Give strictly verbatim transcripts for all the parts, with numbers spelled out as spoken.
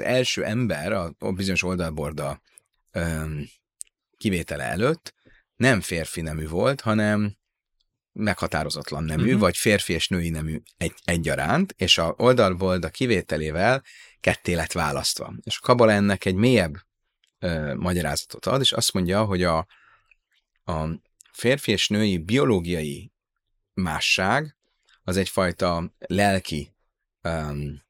első ember a, a bizonyos oldalborda öm, kivétele előtt nem férfi nemű volt, hanem meghatározatlan nemű, uh-huh. vagy férfi és női nemű egy, egyaránt, és a oldalborda kivételével ketté lett választva. És a kabala ennek egy mélyebb ö, magyarázatot ad, és azt mondja, hogy a, a férfi és női biológiai másság az egyfajta lelki, um,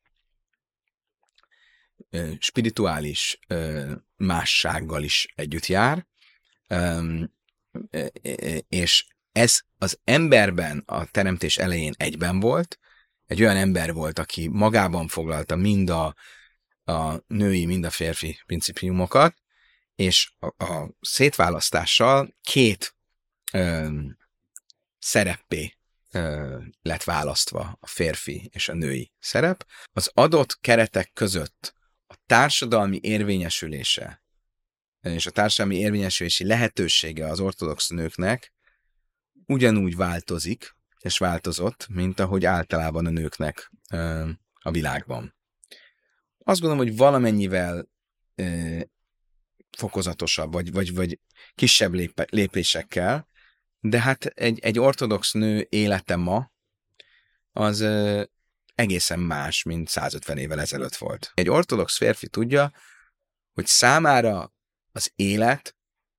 spirituális uh, mássággal is együtt jár, um, és ez az emberben a teremtés elején egyben volt, egy olyan ember volt, aki magában foglalta mind a, a női, mind a férfi principiumokat, és a, a szétválasztással két um, szereppé lett választva a férfi és a női szerep. Az adott keretek között a társadalmi érvényesülése és a társadalmi érvényesülési lehetősége az ortodox nőknek ugyanúgy változik és változott, mint ahogy általában a nőknek a világban. Azt gondolom, hogy valamennyivel fokozatosabb, vagy, vagy, vagy kisebb lép- lépésekkel, de hát egy, egy ortodox nő élete ma az ö, egészen más, mint százötven évvel ezelőtt volt. Egy ortodox férfi tudja, hogy számára az élet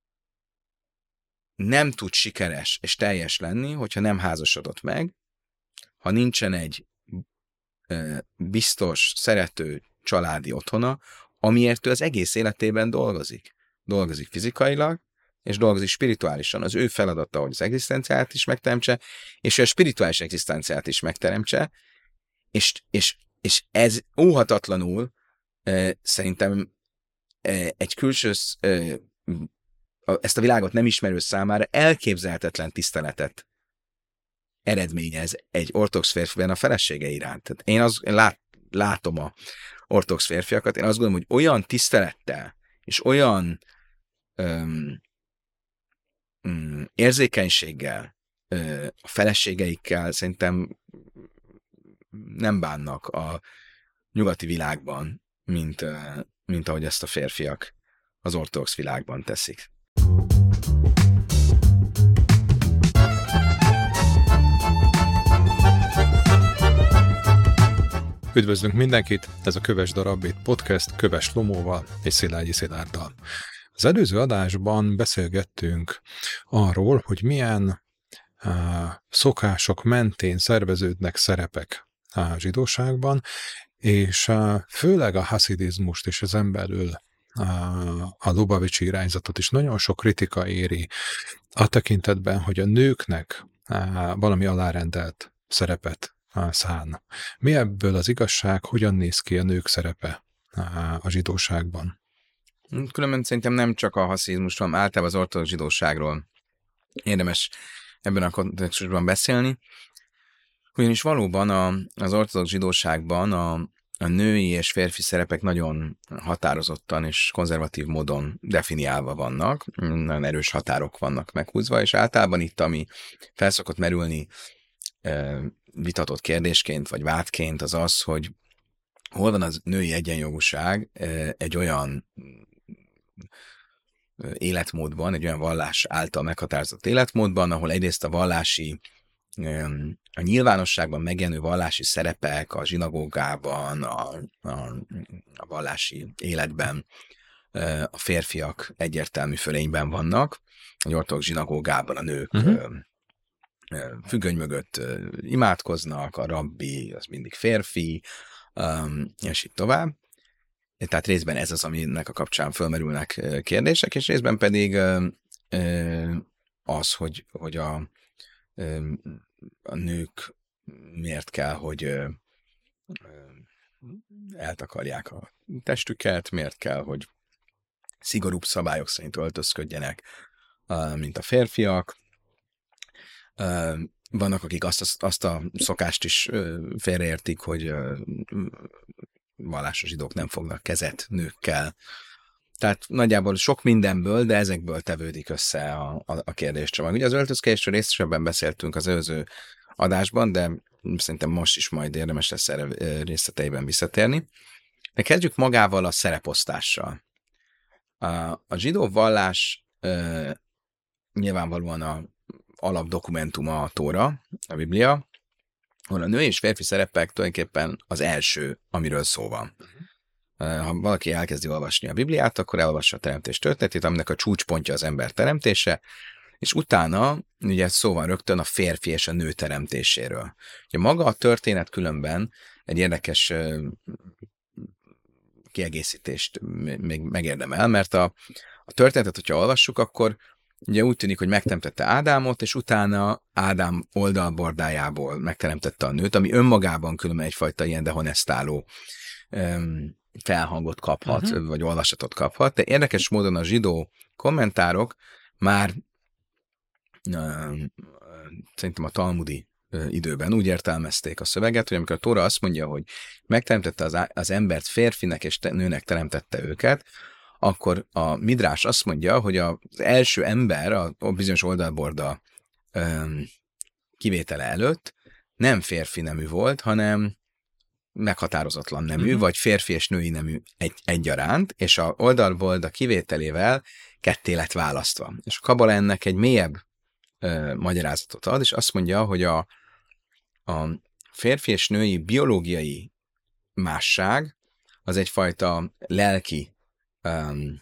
nem tud sikeres és teljes lenni, hogyha nem házasodott meg, ha nincsen egy ö, biztos, szerető családi otthona, amiért ő az egész életében dolgozik. Dolgozik fizikailag, és dolgozik spirituálisan. Az ő feladata, hogy az egzisztenciát is megteremtse, és a spirituális egzisztenciát is megteremtse, és, és, és ez óhatatlanul e, szerintem e, egy külső, e, ezt a világot nem ismerő számára elképzelhetetlen tiszteletet eredményez egy ortodox férfiben a felesége iránt. Tehát én az, lát, látom a ortodox férfiakat, én azt gondolom, hogy olyan tisztelettel, és olyan um, um, érzékenységgel, uh, a feleségeikkel szerintem nem bánnak a nyugati világban, mint, uh, mint ahogy ezt a férfiak az ortodox világban teszik. Üdvözlünk mindenkit, ez a Köves Darabét podcast Köves Lomóval és Szilágyi Szilárddal. Az előző adásban beszélgettünk arról, hogy milyen uh, szokások mentén szerveződnek szerepek a zsidóságban, és uh, főleg a haszidizmust és ezen belül uh, a Lubavicsi irányzatot is nagyon sok kritika éri a tekintetben, hogy a nőknek uh, valami alárendelt szerepet szán. Mi ebből az igazság, hogyan néz ki a nők szerepe a zsidóságban? Különben szerintem nem csak a haszizmus, hanem általában az ortodox zsidóságról érdemes ebben a kontextusban beszélni. Ugyanis valóban a, az ortodox zsidóságban a, a női és férfi szerepek nagyon határozottan és konzervatív módon definiálva vannak, nagyon erős határok vannak meghúzva, és általában itt, ami felszokott merülni vitatott kérdésként, vagy vádként az az, hogy hol van az női egyenjogúság egy olyan életmódban, egy olyan vallás által meghatározott életmódban, ahol egyrészt a vallási, a nyilvánosságban megjelenő vallási szerepek a zsinagógában, a, a, a vallási életben a férfiak egyértelmű fölényben vannak, a ortodox zsinagógában a nők uh-huh. függöny mögött imádkoznak, a rabbi az mindig férfi, és így tovább. Tehát részben ez az, aminek a kapcsán fölmerülnek kérdések, és részben pedig az, hogy, hogy a, a nők miért kell, hogy eltakarják a testüket, miért kell, hogy szigorúbb szabályok szerint öltözködjenek, mint a férfiak. Vannak, akik azt, azt a szokást is félreértik, hogy vallásos zsidók nem fognak kezet nőkkel. Tehát nagyjából sok mindenből, de ezekből tevődik össze a, a, a kérdéscsomag. Ugye az öltözkedésről részesebben beszéltünk az előző adásban, de szerintem most is majd érdemes lesz erre részleteiben visszatérni. De kezdjük magával a szereposztással. A, a zsidó vallás ö, nyilvánvalóan a alapdokumentuma a Tóra, a Biblia, ahol a női és férfi szerepek tulajdonképpen az első, amiről szó van. Ha valaki elkezdi olvasni a Bibliát, akkor elolvassa a teremtés történetét, aminek a csúcspontja az ember teremtése, és utána ugye szó van rögtön a férfi és a nő teremtéséről. Ugye maga a történet különben egy érdekes kiegészítést még megérdemel, mert a, a történetet, hogyha olvassuk, akkor ugye úgy tűnik, hogy megteremtette Ádámot, és utána Ádám oldalbordájából megteremtette a nőt, ami önmagában különben egyfajta ilyen dehonestáló um, felhangot kaphat, uh-huh. vagy olvasatot kaphat, de érdekes módon a zsidó kommentárok már um, szerintem a talmudi uh, időben úgy értelmezték a szöveget, hogy amikor a Tóra azt mondja, hogy megteremtette az, az embert férfinek és te, nőnek teremtette őket, akkor a Midrás azt mondja, hogy az első ember a, a bizonyos oldalborda um, kivétele előtt nem férfi nemű volt, hanem meghatározatlan nemű, uh-huh. vagy férfi és női nemű egy, egyaránt, és a oldalborda kivételével ketté lett választva. És a Kabala ennek egy mélyebb uh, magyarázatot ad, és azt mondja, hogy a, a férfi és női biológiai másság az egyfajta lelki Um,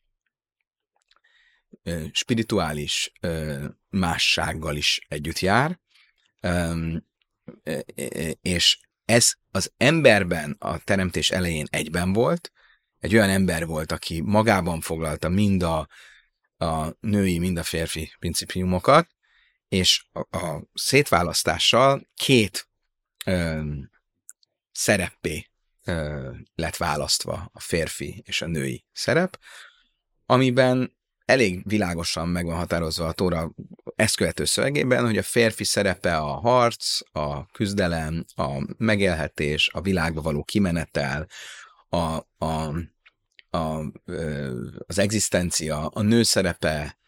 spirituális uh, mássággal is együtt jár, um, és ez az emberben a teremtés elején egyben volt, egy olyan ember volt, aki magában foglalta mind a, a női, mind a férfi principiumokat, és a, a szétválasztással két um, szereppé lett választva a férfi és a női szerep, amiben elég világosan meg van határozva a Tóra ezt követő szövegében, hogy a férfi szerepe a harc, a küzdelem, a megélhetés, a világba való kimenetel, a, a, a, az egzisztencia, a nő szerepe,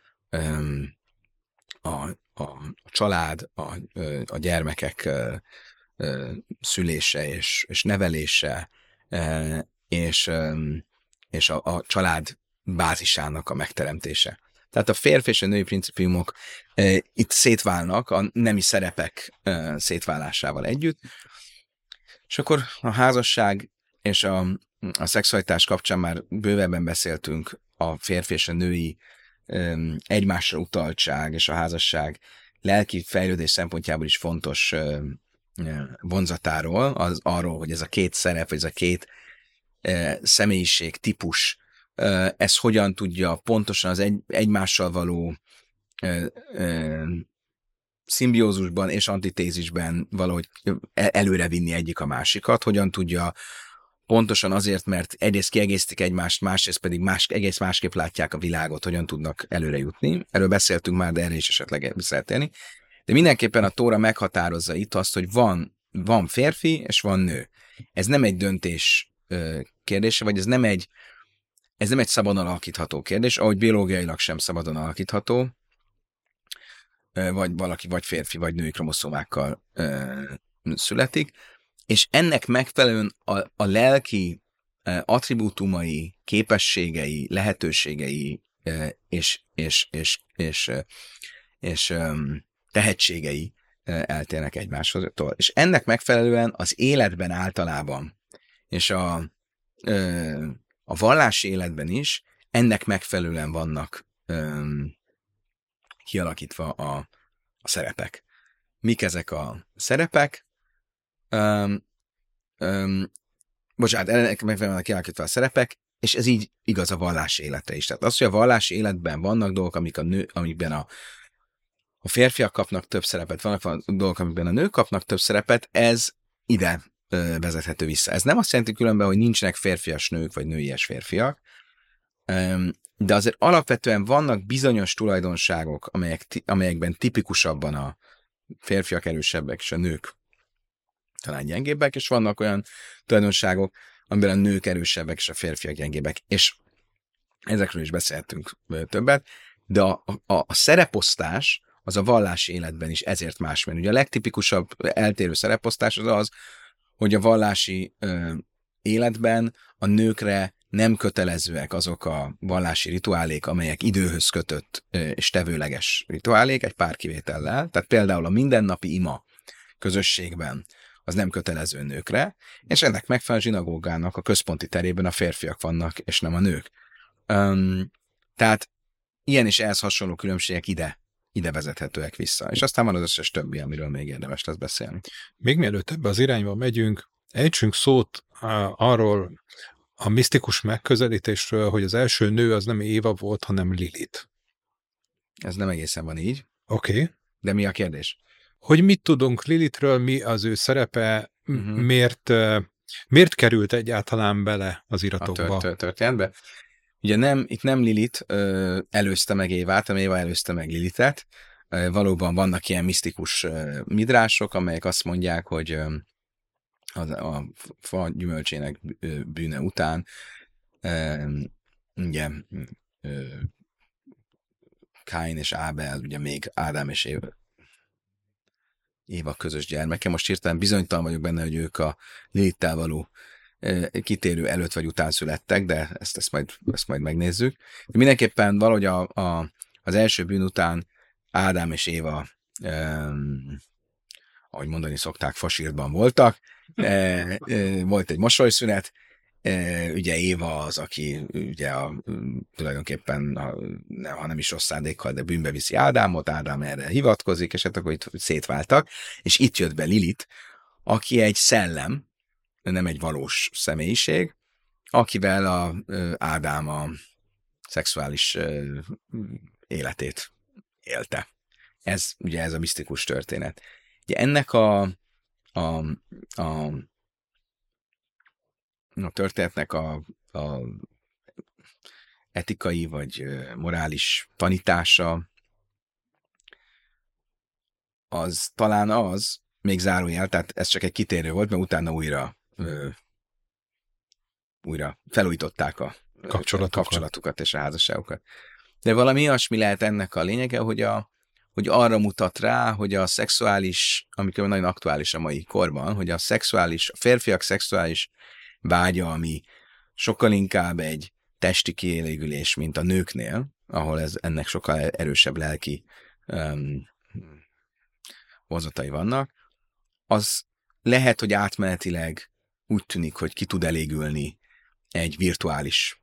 a, a, a család, a, a gyermekek szülése és, és nevelése, és, és a, a család bázisának a megteremtése. Tehát a férfi és a női principiumok itt szétválnak a nemi szerepek szétválásával együtt, és akkor a házasság és a, a szexualitás kapcsán már bővebben beszéltünk a férfi és a női egymásra utaltság és a házasság lelki fejlődés szempontjából is fontos vonzatáról, az arról, hogy ez a két szerep, vagy ez a két e, személyiség típus, e, ez hogyan tudja pontosan az egy, egymással való e, e, szimbiózusban és antitézisben valahogy előrevinni egyik a másikat, hogyan tudja pontosan azért, mert egyrészt kiegészítik egymást, másrészt pedig más, egész másképp látják a világot, hogyan tudnak előre jutni. Erről beszéltünk már, de erre is esetleg beszélteni. De mindenképpen a Tóra meghatározza itt azt, hogy van, van férfi és van nő. Ez nem egy döntés kérdése, vagy ez nem egy, ez nem egy szabadon alakítható kérdés, ahogy biológiailag sem szabadon alakítható, vagy valaki vagy férfi, vagy női kromoszómákkal születik, és ennek megfelelően a, a lelki attribútumai, képességei, lehetőségei és, és, és, és, és, és tehetségei eltérnek egymástól. És ennek megfelelően az életben általában, és a, a vallási életben is ennek megfelelően vannak kialakítva a, a szerepek. Mik ezek a szerepek? Um, um, bocsánat, ennek megfelelően kialakítva a szerepek, és ez így igaz a vallási életre is. Tehát az, hogy a vallási életben vannak dolgok, amik a nő, amikben a a férfiak kapnak több szerepet, vannak van dolgok, amikben a nők kapnak több szerepet, ez ide ö, vezethető vissza. Ez nem azt jelenti különben, hogy nincsenek férfias nők, vagy nőies férfiak, ö, de azért alapvetően vannak bizonyos tulajdonságok, amelyek, amelyekben tipikusabban a férfiak erősebbek, és a nők talán gyengébbek, és vannak olyan tulajdonságok, amiben a nők erősebbek, és a férfiak gyengébbek. És ezekről is beszéltünk többet, de a, a, a szereposztás az a vallási életben is ezért más, mert ugye a legtipikusabb eltérő szereposztás az az, hogy a vallási ö, életben a nőkre nem kötelezőek azok a vallási rituálék, amelyek időhöz kötött és tevőleges rituálék, egy pár kivétellel. Tehát például a mindennapi ima közösségben az nem kötelező nőkre, és ennek megfelelően a zsinagógának a központi terében a férfiak vannak, és nem a nők. Um, tehát ilyen és ehhez hasonló különbségek ide, ide vezethetőek vissza. És aztán van az összes többi, amiről még érdemes lesz beszélni. Még mielőtt ebbe az irányba megyünk, ejtsünk szót uh, arról a misztikus megközelítésről, hogy az első nő az nem Éva volt, hanem Lilith. Ez nem egészen van így. Oké. Okay. De mi a kérdés? Hogy mit tudunk Lilithről, mi az ő szerepe, uh-huh. miért, uh, miért került egyáltalán bele az iratokba? A tört, tört, történetbe. Ugye nem, itt nem Lilith ö, előzte meg Évát, hanem Éva előzte meg Lilithet. Ö, valóban vannak ilyen misztikus ö, midrások, amelyek azt mondják, hogy ö, a, a fa gyümölcsének bűne után ö, ugye ö, Káin és Ábel, ugye még Ádám és Éva, Éva közös gyermeke. Most hirtelen bizonytalan vagyok benne, hogy ők a Lilittel való kitérő előtt vagy után születtek, de ezt, ezt, majd, ezt majd megnézzük. De mindenképpen valahogy a, a, az első bűn után Ádám és Éva, um, ahogy mondani szokták, fasírtban voltak. E, e, volt egy mosolyszünet, e, ugye Éva az, aki ugye a, tulajdonképpen, a, ha nem is rossz szándékkal, de bűnbe viszi Ádámot, Ádám erre hivatkozik, és hát akkor itt szétváltak, és itt jött be Lilith, aki egy szellem, nem egy valós személyiség, akivel a ö, Ádám a szexuális ö, életét élte. Ez ugye ez a misztikus történet. Ugye ennek a, a, a, a történetnek a, a etikai vagy morális tanítása az talán az, még zárójel, tehát ez csak egy kitérő volt, mert utána újra Ö, újra felújították a kapcsolatukat. kapcsolatukat és a házasságukat. De valami olyasmi lehet ennek a lényege, hogy, a, hogy arra mutat rá, hogy a szexuális, amikor nagyon aktuális a mai korban, hogy a szexuális, a férfiak szexuális vágya, ami sokkal inkább egy testi kielégülés, mint a nőknél, ahol ez ennek sokkal erősebb lelki um, vonzatai vannak, az lehet, hogy átmenetileg úgy tűnik, hogy ki tud elégülni egy virtuális,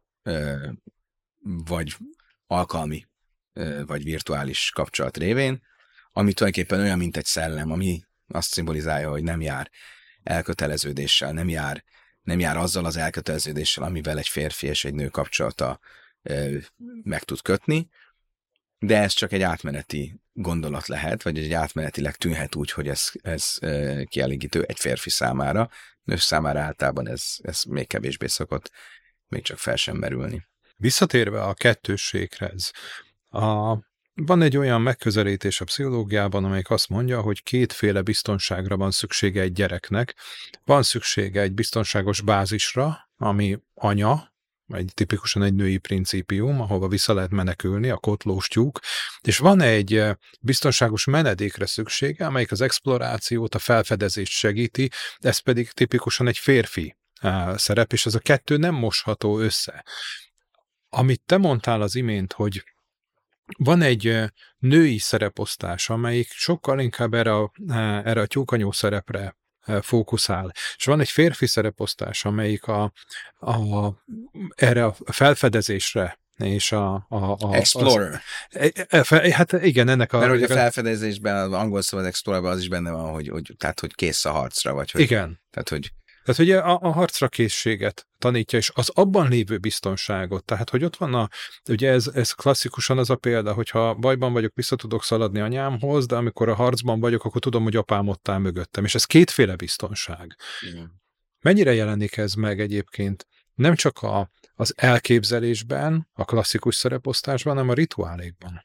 vagy alkalmi, vagy virtuális kapcsolat révén, ami tulajdonképpen olyan, mint egy szellem, ami azt szimbolizálja, hogy nem jár elköteleződéssel, nem jár, nem jár azzal az elköteleződéssel, amivel egy férfi és egy nő kapcsolata meg tud kötni, de ez csak egy átmeneti gondolat lehet, vagy egy átmenetileg tűnhet úgy, hogy ez, ez kielégítő egy férfi számára. Nő számára általában ez, ez még kevésbé szokott még csak fel sem merülni. Visszatérve a kettősséghez, a, van egy olyan megközelítés a pszichológiában, amelyik azt mondja, hogy kétféle biztonságra van szüksége egy gyereknek. Van szüksége egy biztonságos bázisra, ami anya, egy tipikusan egy női principium, ahova vissza lehet menekülni, a kotlós tyúk, és van egy biztonságos menedékre szüksége, amelyik az explorációt, a felfedezést segíti, ez pedig tipikusan egy férfi szerep, és ez a kettő nem mosható össze. Amit te mondtál az imént, hogy van egy női szereposztás, amelyik sokkal inkább erre a, erre a tyúkanyó szerepre fókuszál. És van egy férfi szereposztás, amelyik a, a, erre a felfedezésre és a... a, a Explorer. Az, hát igen, ennek a... Mert hogy a felfedezésben, az angol szó az Explorerben az is benne van, hogy, hogy, tehát, hogy kész a harcra, vagy hogy... Igen. Tehát, hogy... Tehát, hogy a, a harcra készséget tanítja, és az abban lévő biztonságot. Tehát, hogy ott van a, ugye ez, ez klasszikusan az a példa, hogyha bajban vagyok, vissza tudok szaladni anyámhoz, de amikor a harcban vagyok, akkor tudom, hogy apám ott áll mögöttem. És ez kétféle biztonság. Igen. Mennyire jelenik ez meg egyébként? Nem csak a, az elképzelésben, a klasszikus szereposztásban, hanem a rituálékban.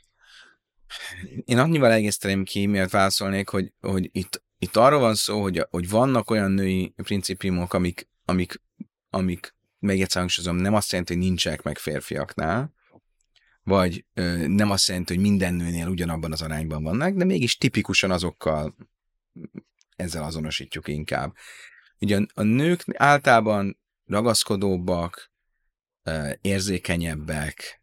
Én annyival egészteném ki, miért válaszolnék, hogy, hogy itt Itt arról van szó, hogy, hogy vannak olyan női principiumok, amik, amik, amik még egyszer hangsúlyozom, nem azt jelenti, hogy nincsenek meg férfiaknál, vagy ö, nem azt jelenti, hogy minden nőnél ugyanabban az arányban vannak, de mégis tipikusan azokkal ezzel azonosítjuk inkább. ugye a nők általában ragaszkodóbbak, érzékenyebbek,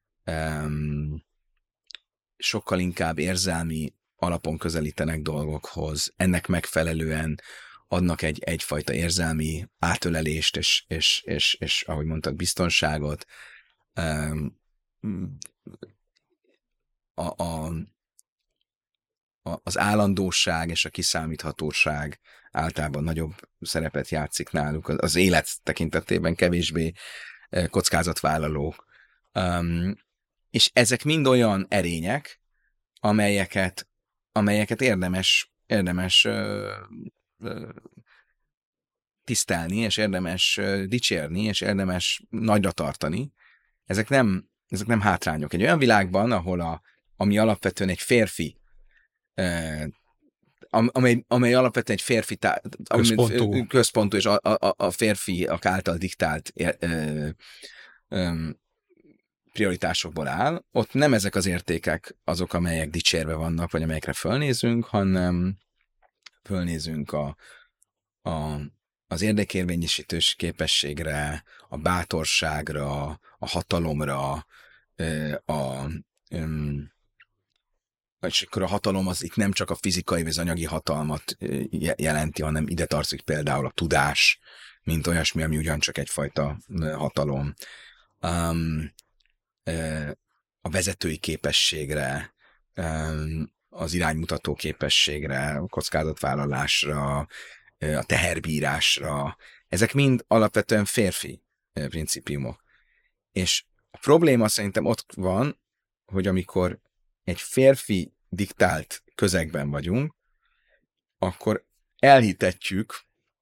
sokkal inkább érzelmi alapon közelítenek dolgokhoz, ennek megfelelően adnak egy, egyfajta érzelmi átölelést, és, és, és, és ahogy mondtad, biztonságot. A, a, az állandóság és a kiszámíthatóság általában nagyobb szerepet játszik náluk, az élet tekintetében kevésbé kockázatvállalók. Um, és ezek mind olyan erények, amelyeket, amelyeket érdemes, érdemes ö, ö, tisztelni, és érdemes ö, dicsérni, és érdemes nagyra tartani. Ezek nem, ezek nem hátrányok. Egy olyan világban, ahol a, ami alapvetően egy férfi ö, amely, amely alapvetően egy férfi tá, központú. központú, és a, a, a férfiak által diktált ö, ö, prioritásokból áll, ott nem ezek az értékek azok, amelyek dicsérve vannak, vagy amelyekre fölnézünk, hanem fölnézünk a, a, az érdekérvényesítős képességre, a bátorságra, a hatalomra, a, a és akkor a hatalom az itt nem csak a fizikai vagy az anyagi hatalmat jelenti, hanem ide tartozik például a tudás, mint olyasmi, ami ugyancsak egyfajta hatalom. Um, a vezetői képességre, az iránymutató képességre, a kockázatvállalásra, a teherbírásra. Ezek mind alapvetően férfi principiumok. És a probléma szerintem ott van, hogy amikor egy férfi diktált közegben vagyunk, akkor elhitetjük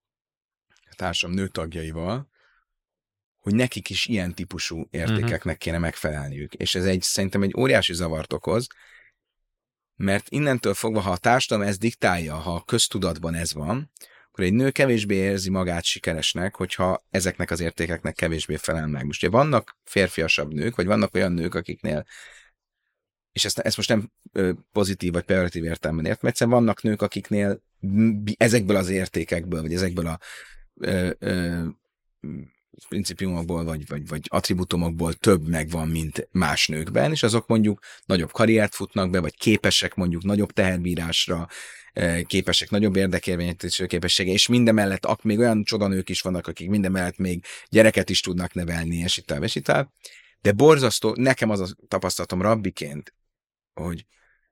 a társadalom nőtagjaival, hogy nekik is ilyen típusú értékeknek kéne megfelelniük. És ez egy, szerintem egy óriási zavart okoz, mert innentől fogva, ha a társadalom ezt diktálja, ha a köztudatban ez van, akkor egy nő kevésbé érzi magát sikeresnek, hogyha ezeknek az értékeknek kevésbé felel meg. Most ugye vannak férfiasabb nők, vagy vannak olyan nők, akiknél, és ezt, ezt most nem ö, pozitív vagy pejoratív értelemben értem, egyszerűen vannak nők, akiknél ezekből az értékekből, vagy ezekből a ö, ö, principiumokból, vagy, vagy, vagy attribútumokból több megvan, mint más nőkben, és azok mondjuk nagyobb karriert futnak be, vagy képesek mondjuk nagyobb teherbírásra, képesek nagyobb érdekérvényesítő képessége, és mindemellett még olyan csodanők is vannak, akik mindemellett még gyereket is tudnak nevelni, és itt és itt de borzasztó, nekem az a tapasztalatom rabbiként, hogy,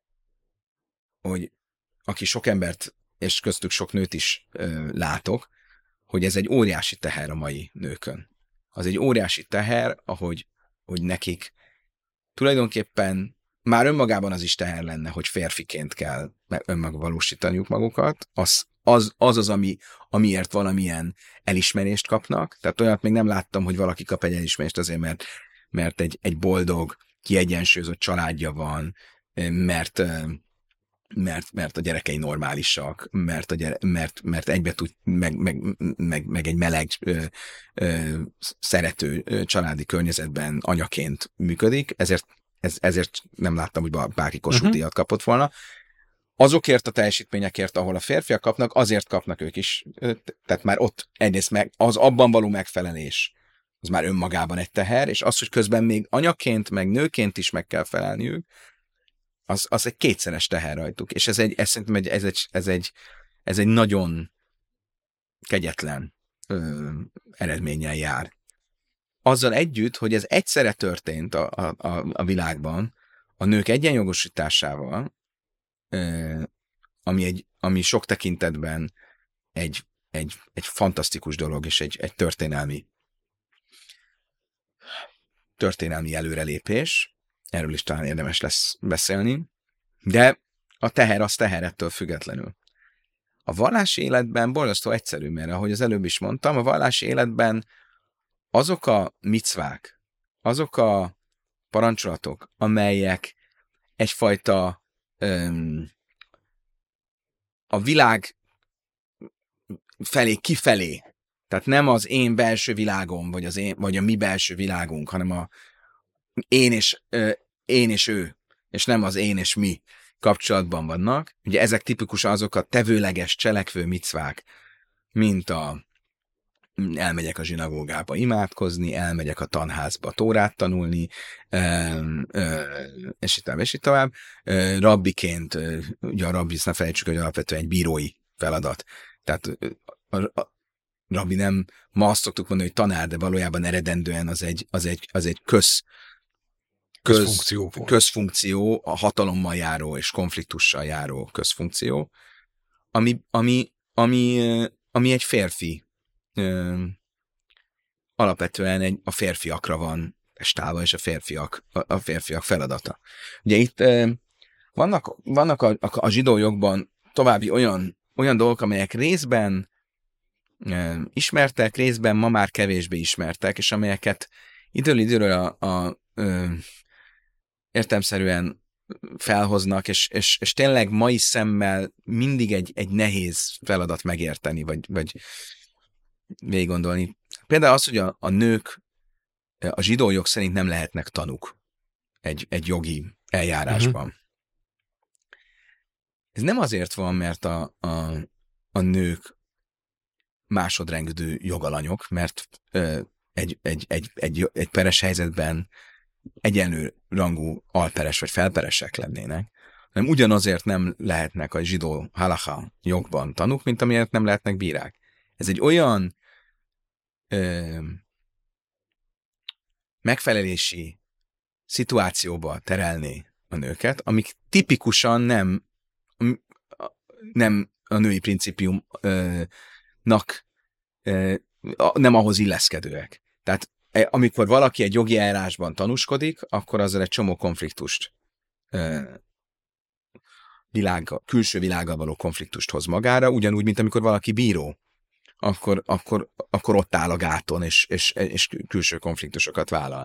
hogy aki sok embert, és köztük sok nőt is ö, látok, hogy ez egy óriási teher a mai nőkön. Az egy óriási teher, ahogy hogy nekik tulajdonképpen már önmagában az is teher lenne, hogy férfiként kell önmegvalósítaniuk magukat, az az, az, az ami, amiért valamilyen elismerést kapnak. Tehát olyat még nem láttam, hogy valaki kap egy elismerést azért, mert, mert egy, egy boldog, kiegyensúlyozott családja van, mert Mert, mert a gyerekei normálisak, mert, a gyere, mert, mert egybe tud, meg, meg, meg, meg egy meleg, ö, ö, szerető ö, családi környezetben anyaként működik, ezért, ez, ezért nem láttam, hogy bárki Kossuth díjat kapott volna. Azokért a teljesítményekért, ahol a férfiak kapnak, azért kapnak ők is. Tehát már ott egyrészt meg, az abban való megfelelés, az már önmagában egy teher, és az, hogy közben még anyaként, meg nőként is meg kell felelniük, Az, az egy kétszeres teher rajtuk, és ez egy, ez szerintem egy, ez egy, ez egy, ez egy nagyon kegyetlen ö, eredménnyel jár. Azzal együtt, hogy ez egyszerre történt a, a, a világban, a nők egyenjogosításával, ö, ami, egy, ami sok tekintetben egy, egy, egy fantasztikus dolog, és egy, egy történelmi történelmi előrelépés, erről is talán érdemes lesz beszélni, de a teher az teher ettől függetlenül. A vallási életben borzasztó egyszerű, mert ahogy az előbb is mondtam, a vallási életben azok a micvák, azok a parancsolatok, amelyek egyfajta öm, a világ felé, kifelé, tehát nem az én belső világom, vagy, az én, vagy a mi belső világunk, hanem a én és, ö, én és ő, és nem az én és mi kapcsolatban vannak. Ugye ezek tipikusan azok a tevőleges, cselekvő micvák, mint a elmegyek a zsinagógába imádkozni, elmegyek a tanházba tórát tanulni, és itt tovább, és itt tovább. Rabbiként, ugye a rabbi, ne felejtsük, hogy alapvetően egy bírói feladat. Tehát a, a rabbi nem, ma azt szoktuk mondani, hogy tanár, de valójában eredendően az egy, az egy, az egy köz, köz, közfunkció, közfunkció, a hatalommal járó és konfliktussal járó közfunkció, ami, ami, ami, ami egy férfi Ö, alapvetően egy, a férfiakra van testálva, és a férfiak, a, a férfiak feladata. Ugye itt ö, vannak, vannak a, a, a zsidó jogban további olyan, olyan dolgok, amelyek részben ö, ismertek, részben ma már kevésbé ismertek, és amelyeket időről időről a, a ö, értelemszerűen felhoznak, és, és, és tényleg mai szemmel mindig egy, egy nehéz feladat megérteni, vagy, vagy végig gondolni. Például az, hogy a, a nők a zsidó jog szerint nem lehetnek tanúk egy, egy jogi eljárásban. Uh-huh. Ez nem azért van, mert a, a, a nők másodrendű jogalanyok, mert ö, egy, egy, egy, egy, egy peres helyzetben egyenlő rangú alperes vagy felperesek lennének, hanem ugyanazért nem lehetnek a zsidó halacha jogban tanúk, mint amiért nem lehetnek bírák. Ez egy olyan Ö, megfelelési szituációba terelni a nőket, amik tipikusan nem, nem a női principiumnak nem ahhoz illeszkedőek. Tehát amikor valaki egy jogi eljárásban tanúskodik, akkor azzal egy csomó konfliktust, világ, külső világgal való konfliktust hoz magára, ugyanúgy, mint amikor valaki bíró, akkor, akkor, akkor ott áll a gáton, és, és, és külső konfliktusokat vállal.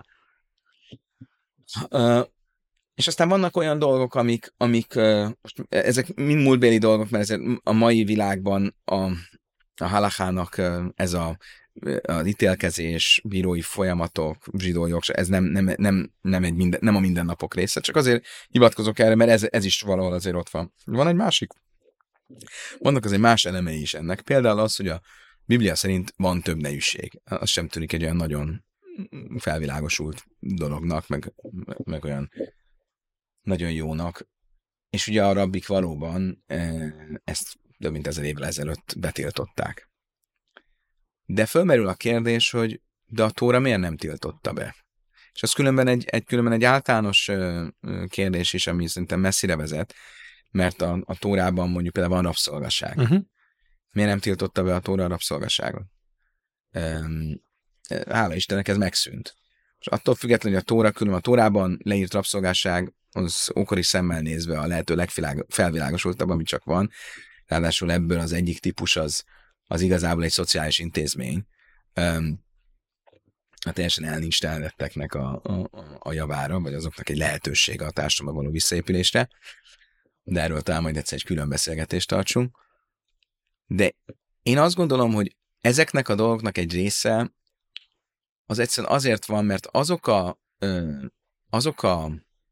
Uh, és aztán vannak olyan dolgok, amik, amik uh, ezek mind múltbéli dolgok, mert ezért a mai világban a, a halachának uh, ez a az ítélkezés, bírói folyamatok, zsidó jog, ez nem, nem, nem, nem, egy minden, nem a mindennapok része, csak azért hivatkozok erre, mert ez, ez is valahol azért ott van. Van egy másik. Vannak azért más elemei is ennek. Például az, hogy a Biblia szerint van több nejűség. Az sem tűnik egy olyan nagyon felvilágosult dolognak, meg, meg olyan nagyon jónak. És ugye a rabbik valóban ezt több mint ezer évvel ezelőtt betiltották. De fölmerül a kérdés, hogy de a Tóra miért nem tiltotta be? És az különben egy, egy, különben egy általános kérdés is, ami szerintem messzire vezet, mert a, a Tórában mondjuk például van rabszolgaság. Uh-huh. Miért nem tiltotta be a Tóra a rabszolgaságot? Um, hála Istennek ez megszűnt. És attól függetlenül, hogy a Tóra, különben a Tórában leírt rabszolgaság az ókori szemmel nézve a lehető legfelvilágosultabb, ami csak van. Ráadásul ebből az egyik típus az, az igazából egy szociális intézmény. Um, hát teljesen el nincs telenetteknek a, a, a javára, vagy azoknak egy lehetősége a társadalomban való visszaépülésre. De erről talán majd egyszer egy külön beszélgetést tartsunk. De én azt gondolom, hogy ezeknek a dolgoknak egy része az egyszerűen azért van, mert azok a azok a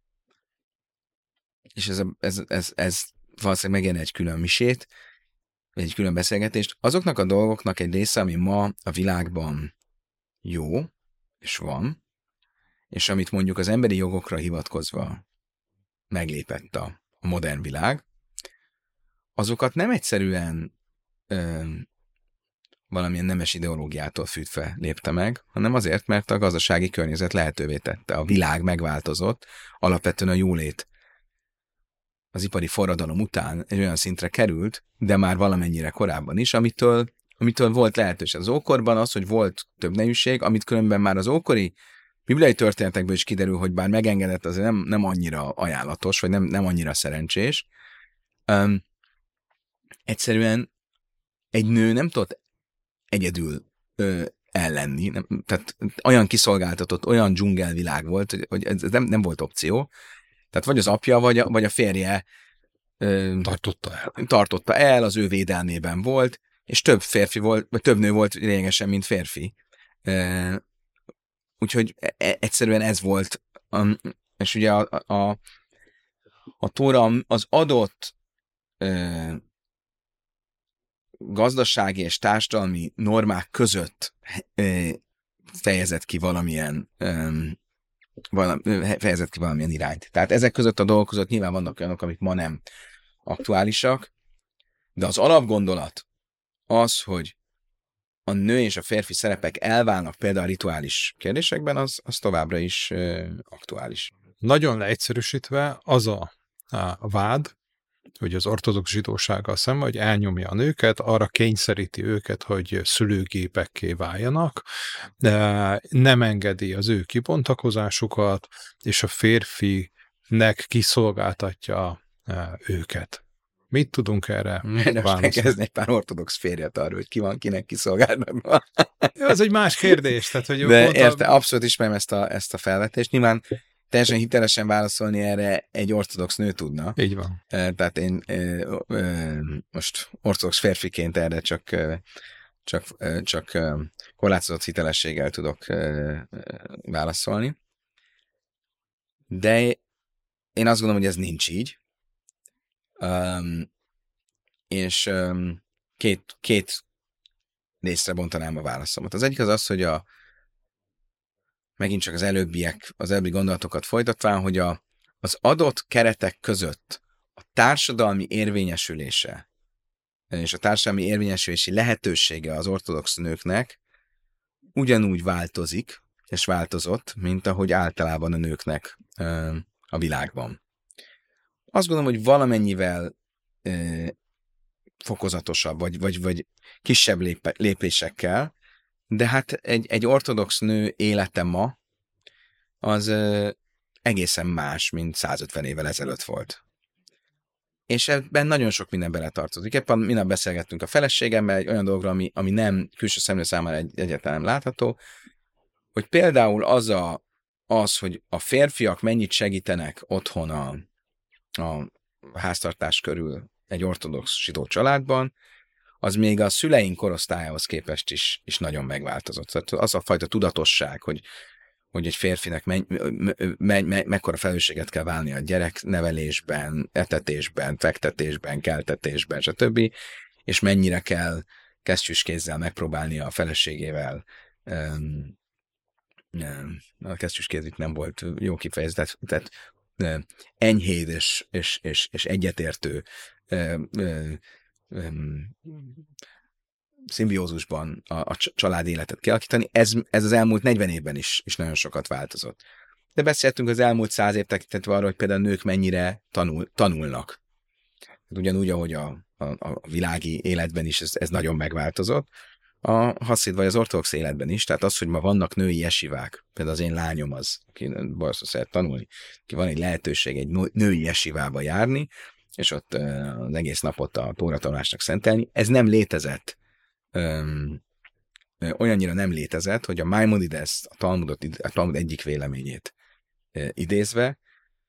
és ez, ez, ez, ez valószínűleg megjelent egy külön misét, vagy egy külön beszélgetést, azoknak a dolgoknak egy része, ami ma a világban jó, és van, és amit mondjuk az emberi jogokra hivatkozva meglépett a a modern világ, azokat nem egyszerűen ö, valamilyen nemes ideológiától fűtve lépte meg, hanem azért, mert a gazdasági környezet lehetővé tette. A világ megváltozott, alapvetően a jólét az ipari forradalom után egy olyan szintre került, de már valamennyire korábban is, amitől, amitől volt lehetőség. Az ókorban az, hogy volt több nejűség, amit különben már az ókori bibliai történetekből is kiderül, hogy bár megengedett, azért nem, nem annyira ajánlatos, vagy nem, nem annyira szerencsés. Um, egyszerűen egy nő nem tudott egyedül ö, ellenni, nem, tehát olyan kiszolgáltatott, olyan dzsungelvilág volt, hogy, hogy ez nem, nem volt opció. Tehát vagy az apja, vagy a, vagy a férje ö, tartotta el. tartotta el, az ő védelmében volt, és több férfi volt, vagy több nő volt lényegesen, mint férfi. Ö, Úgyhogy egyszerűen ez volt, és ugye a, a, a Tóra az adott ö, gazdasági és társadalmi normák között ö, fejezett ki valamilyen ö, valam, fejezett ki valamilyen irányt. Tehát ezek között a dolgok között nyilván vannak olyanok, amik ma nem aktuálisak, de az alapgondolat az, hogy a nő és a férfi szerepek elválnak például a rituális kérdésekben, az, az továbbra is ö, aktuális. Nagyon leegyszerűsítve az a, a vád, hogy az ortodox zsidósággal szemben, hogy elnyomja a nőket, arra kényszeríti őket, hogy szülőgépekké váljanak, de nem engedi az ő kibontakozásukat, és a férfinek kiszolgáltatja őket. Mit tudunk erre válaszolni? Megkezdeni egy pár ortodox férjet arról, hogy ki van, kinek kiszolgálnak. Ez egy más kérdés. Tehát, hogy de érte, a... abszolút ismerem ezt a, ezt a felvetést. Nyilván teljesen hitelesen válaszolni erre egy ortodox nő tudna. Így van. Tehát én most ortodox férfiként erre csak, csak, csak korlátozott hitelességgel tudok válaszolni. De én azt gondolom, hogy ez nincs így. Um, és um, két, két részre bontanám a válaszomat. Az egyik az az, hogy a megint csak az előbbiek, az előbbi gondolatokat folytatván, hogy a, az adott keretek között a társadalmi érvényesülése és a társadalmi érvényesülési lehetősége az ortodox nőknek ugyanúgy változik, és változott, mint ahogy általában a nőknek ö, a világban. Azt gondolom, hogy valamennyivel ö, fokozatosabb, vagy, vagy, vagy kisebb lép, lépésekkel, de hát egy, egy ortodox nő élete ma az ö, egészen más, mint százötven évvel ezelőtt volt. És ebben nagyon sok minden beletartozik. Éppen minap beszélgettünk a feleségemmel egy olyan dologról, ami, ami nem külső szemlő számára egy, egyáltalán nem látható, hogy például az, a, az, hogy a férfiak mennyit segítenek otthon a, a háztartás körül egy ortodox zsidó családban, az még a szüleink korosztályához képest is, is nagyon megváltozott. Tehát az a fajta tudatosság, hogy, hogy egy férfinek me, me, me, mekkora felelősséget kell válni a gyereknevelésben, etetésben, fektetésben, keltetésben, stb. És mennyire kell kesztyűs kézzel megpróbálni a feleségével. Um, um, a kesztyűs kéz itt nem volt jó kifejezés, tehát, tehát enyhéd és, és, és, és egyetértő um, um, szimbiózusban a, a család életet kialakítani. Ez, ez az elmúlt negyven évben is, is nagyon sokat változott. De beszéltünk az elmúlt száz év tekintetve arról, hogy például a nők mennyire tanul, tanulnak. Ugyanúgy, ahogy a, a, a világi életben is ez, ez nagyon megváltozott, a haszid vagy az ortodox életben is, tehát az, hogy ma vannak női jesivák, például az én lányom az, aki borzasztó szeret tanulni, ki van egy lehetőség egy női jesivába járni, és ott az egész napot a tóratanulásnak szentelni, ez nem létezett. Öm, olyannyira nem létezett, hogy a Maimonides, a Talmudot, a Talmud egyik véleményét e, idézve,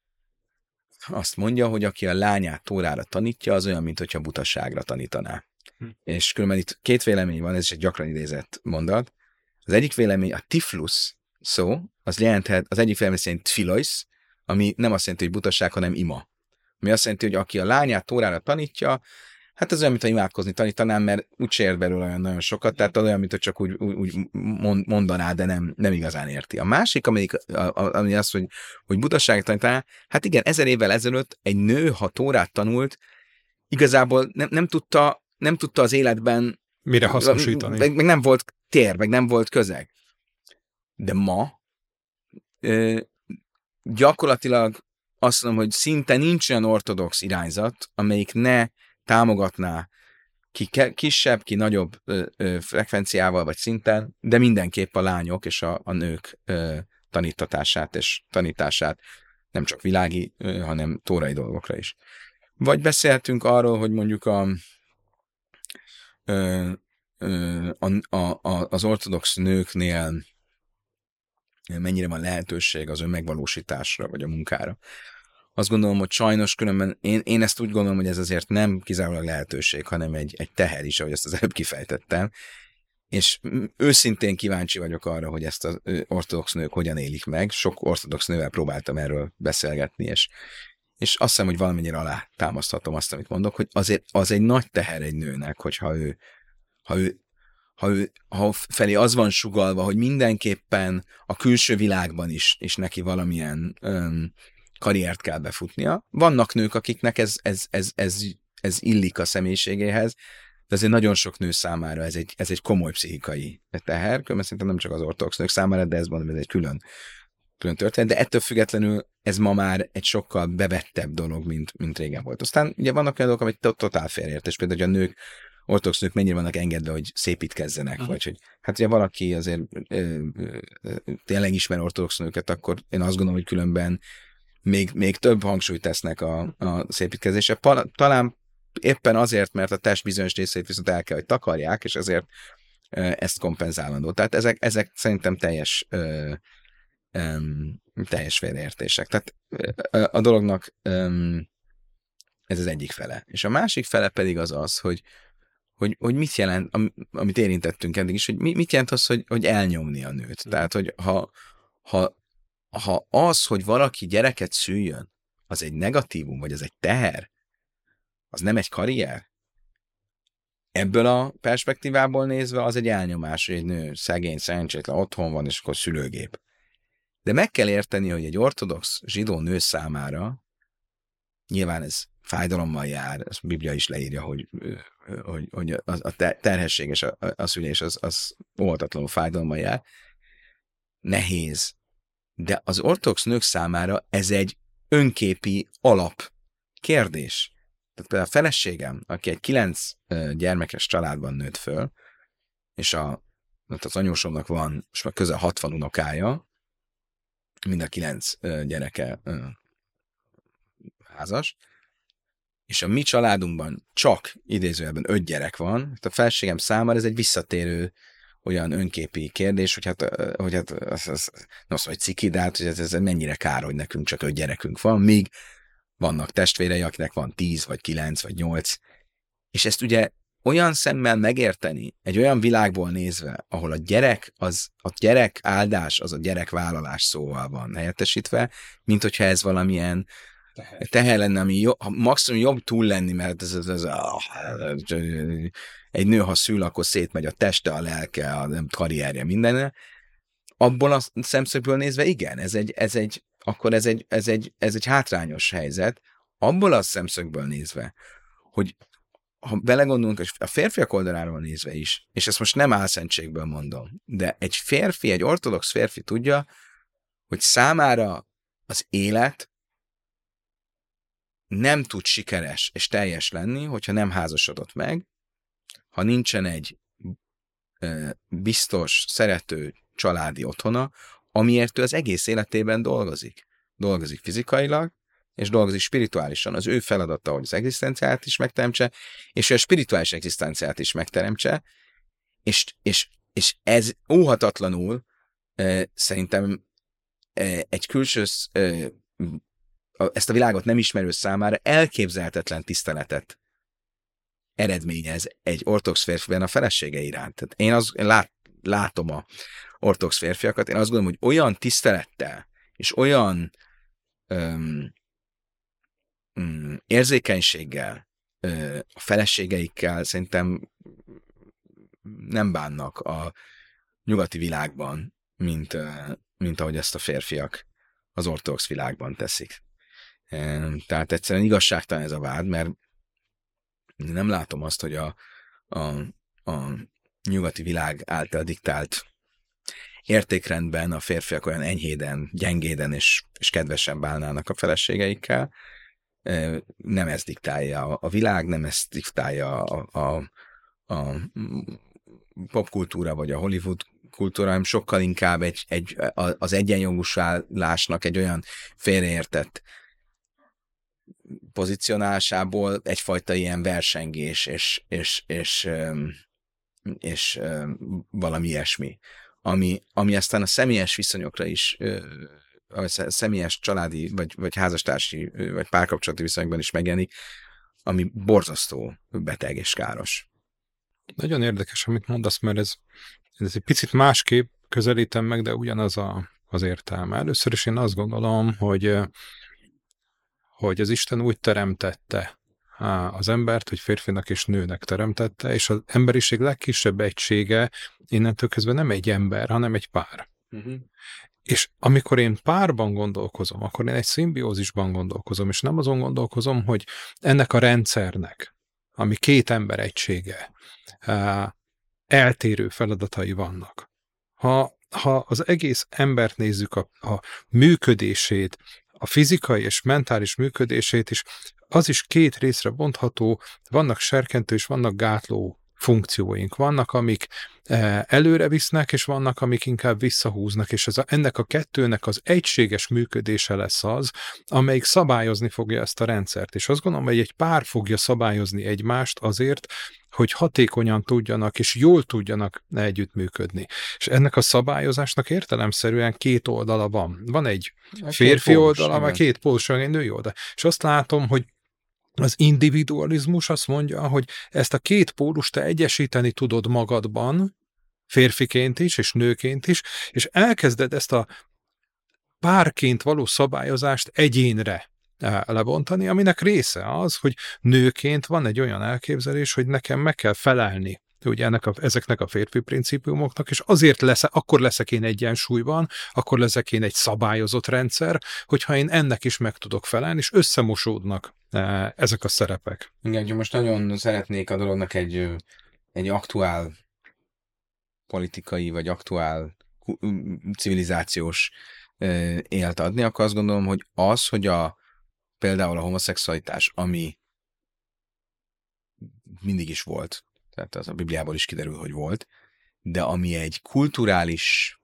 azt mondja, hogy aki a lányát tórára tanítja, az olyan, mint hogyha butaságra tanítaná. Hm. És különben itt két vélemény van, ez is egy gyakran idézett mondat. Az egyik vélemény, a tiflusz szó, az jelenthet, az egyik vélemény szerint tfilois, ami nem azt jelenti, hogy butaság, hanem ima. Ami azt jelenti, hogy aki a lányát tórára tanítja, hát ez olyan, mintha imádkozni tanítanám, mert úgy ért belőle olyan nagyon sokat, tehát olyan, mintha csak úgy, úgy mondaná, de nem, nem igazán érti. A másik, amelyik, ami az, hogy, hogy butaságot tanítaná, hát igen, ezer évvel ezelőtt egy nő, ha tórát tanult, igazából nem, nem, tudta, nem tudta az életben mire hasznosítani. Meg, meg nem volt tér, meg nem volt közeg. De ma ö, gyakorlatilag azt mondom, hogy szinte nincs olyan ortodox irányzat, amelyik ne támogatná ki kisebb, ki nagyobb ö, ö, frekvenciával vagy szinten, de mindenképp a lányok és a, a nők ö, tanítatását és tanítását nem csak világi, ö, hanem tórai dolgokra is. Vagy beszéltünk arról, hogy mondjuk a, ö, ö, a, a, a, az ortodox nőknél mennyire van lehetőség az önmegvalósításra vagy a munkára. Azt gondolom, hogy sajnos különben, én, én ezt úgy gondolom, hogy ez azért nem kizárólag lehetőség, hanem egy, egy teher is, ahogy ezt az előbb kifejtettem, és őszintén kíváncsi vagyok arra, hogy ezt az ortodox nők hogyan élik meg. Sok ortodox nővel próbáltam erről beszélgetni, és, és azt hiszem, hogy valamennyire alá támaszthatom azt, amit mondok, hogy azért az egy nagy teher egy nőnek, hogyha ő, ha ő, ha ő ha felé az van sugallva, hogy mindenképpen a külső világban is, is neki valamilyen öm, karriert kell befutnia. Vannak nők, akiknek ez, ez, ez, ez, ez illik a személyiségéhez, de azért nagyon sok nő számára ez egy, ez egy komoly pszichikai teher, különben szerintem nem csak az ortodox nők számára, de ez mondom, ez egy külön, külön történet, de ettől függetlenül ez ma már egy sokkal bevettebb dolog, mint, mint régen volt. Aztán ugye vannak olyan dolgok, amit totál félreértés, például, hogy a nők, ortodox nők mennyire vannak engedve, hogy szépítkezzenek, uh-huh. vagy hogy hát ugye valaki azért ö, ö, tényleg ismer ortodox nőket, akkor én azt gondolom, hogy különben még, még több hangsúlyt tesznek a, a szépítkezésre. Pa, talán éppen azért, mert a test bizonyos részét viszont el kell, hogy takarják, és ezért ö, ezt kompenzálandó. Tehát ezek, ezek szerintem teljes ö, ö, teljes félreértések. Tehát ö, a dolognak ö, ez az egyik fele. És a másik fele pedig az az, hogy Hogy, hogy mit jelent, amit érintettünk eddig is, hogy mit jelent az, hogy, hogy elnyomni a nőt. Tehát, hogy ha, ha, ha az, hogy valaki gyereket szüljön, az egy negatívum, vagy az egy teher, az nem egy karrier, ebből a perspektívából nézve az egy elnyomás, hogy egy nő szegény, szerencsétlen otthon van, és akkor szülőgép. De meg kell érteni, hogy egy ortodox zsidó nő számára, nyilván ez fájdalommal jár, ezt a Biblia is leírja, hogy, hogy, hogy a terhesség és a, a szülés az, az óvatatlanul fájdalommal jár. Nehéz. De az ortodox nők számára ez egy önképi alap kérdés. Tehát például a feleségem, aki egy kilenc gyermekes családban nőtt föl, és a, az anyósomnak van most már közel hatvan unokája, mind a kilenc gyereke házas, és a mi családunkban csak idézőjelben öt gyerek van, a feleségem számára ez egy visszatérő olyan önképi kérdés, hogy hát, hogy hát az, az, az, hogy ciki, de hát, hogy ez, ez mennyire kár, hogy nekünk csak öt gyerekünk van, míg vannak testvérei, akinek van tíz, vagy kilenc, vagy nyolc, és ezt ugye olyan szemmel megérteni, egy olyan világból nézve, ahol a gyerek, az, a gyerek áldás, az a gyerek vállalás szóval van helyettesítve, mint hogyha ez valamilyen teher, teher lenne, ami jó, maximum jobb túl lenni, mert ez, ez, ez, ez, egy nő, ha szül, akkor szétmegy a teste, a lelke, a karrierje, minden. Abból a szemszögből nézve, igen, ez egy, ez egy, akkor ez egy, ez, egy, ez egy hátrányos helyzet. Abból a szemszögből nézve, hogy ha belegondolunk, a férfiak oldaláról nézve is, és ezt most nem álszentségből mondom, de egy férfi, egy ortodox férfi tudja, hogy számára az élet nem tud sikeres és teljes lenni, hogyha nem házasodott meg, ha nincsen egy ö, biztos, szerető családi otthona, amiért ő az egész életében dolgozik. Dolgozik fizikailag, és dolgozik spirituálisan. Az ő feladata, hogy az egzisztenciát is megteremtse, és a spirituális egzisztenciát is megteremtse, és, és, és ez óhatatlanul ö, szerintem ö, egy külső ö, ezt a világot nem ismerő számára elképzelhetetlen tiszteletet eredményez egy ortodox férfiben a felesége iránt. Tehát én, az, én lát, látom a ortodox férfiakat, én azt gondolom, hogy olyan tisztelettel és olyan öm, öm, érzékenységgel ö, a feleségeikkel szerintem nem bánnak a nyugati világban, mint, ö, mint ahogy ezt a férfiak az ortodox világban teszik. Tehát egyszerűen igazságtalan ez a vád, mert nem látom azt, hogy a, a, a nyugati világ által diktált értékrendben a férfiak olyan enyhéden, gyengéden és, és kedvesen bánnának a feleségeikkel. Nem ez diktálja a világ, nem ez diktálja a, a, a popkultúra vagy a Hollywood kultúra, hanem sokkal inkább egy, egy, az egyenjogúsállásnak egy olyan félreértett pozícionálásából egyfajta ilyen versengés és, és, és, és, és valami ilyesmi, ami, ami aztán a személyes viszonyokra is, a személyes családi, vagy, vagy házastársi, vagy párkapcsolati viszonyokban is megjelenik, ami borzasztó beteg és káros. Nagyon érdekes, amit mondasz, mert ez, ez egy picit másképp közelítem meg, de ugyanaz a, az értelme. Először is én azt gondolom, hogy hogy az Isten úgy teremtette az embert, hogy férfinak és nőnek teremtette, és az emberiség legkisebb egysége innentől kezdve nem egy ember, hanem egy pár. Uh-huh. És amikor én párban gondolkozom, akkor én egy szimbiózisban gondolkozom, és nem azon gondolkozom, hogy ennek a rendszernek, ami két ember egysége, eltérő feladatai vannak. Ha, ha az egész embert nézzük, a, a működését, a fizikai és mentális működését is, az is két részre bontható, vannak serkentő és vannak gátló funkcióink. Vannak, amik előre visznek, és vannak, amik inkább visszahúznak, és ez a, ennek a kettőnek az egységes működése lesz az, amelyik szabályozni fogja ezt a rendszert. És azt gondolom, hogy egy pár fogja szabályozni egymást azért, hogy hatékonyan tudjanak és jól tudjanak együttműködni. És ennek a szabályozásnak értelemszerűen két oldala van. Van egy a férfi pólus, oldala, vagy két pólus, egy női oldala. És azt látom, hogy az individualizmus azt mondja, hogy ezt a két pólust te egyesíteni tudod magadban, férfiként is, és nőként is, és elkezded ezt a párként való szabályozást egyénre lebontani, aminek része az, hogy nőként van egy olyan elképzelés, hogy nekem meg kell felelni ugye ennek a, ezeknek a férfi principiumoknak, és azért lesz, akkor leszek én egyensúlyban, akkor leszek én egy szabályozott rendszer, hogyha én ennek is meg tudok felelni, és összemosódnak e, ezek a szerepek. Igen, most nagyon szeretnék a dolognak egy, egy aktuál politikai, vagy aktuál civilizációs e, élt adni, akkor azt gondolom, hogy az, hogy a például a homoszexualitás, ami mindig is volt, tehát az a Bibliából is kiderül, hogy volt, de ami egy kulturális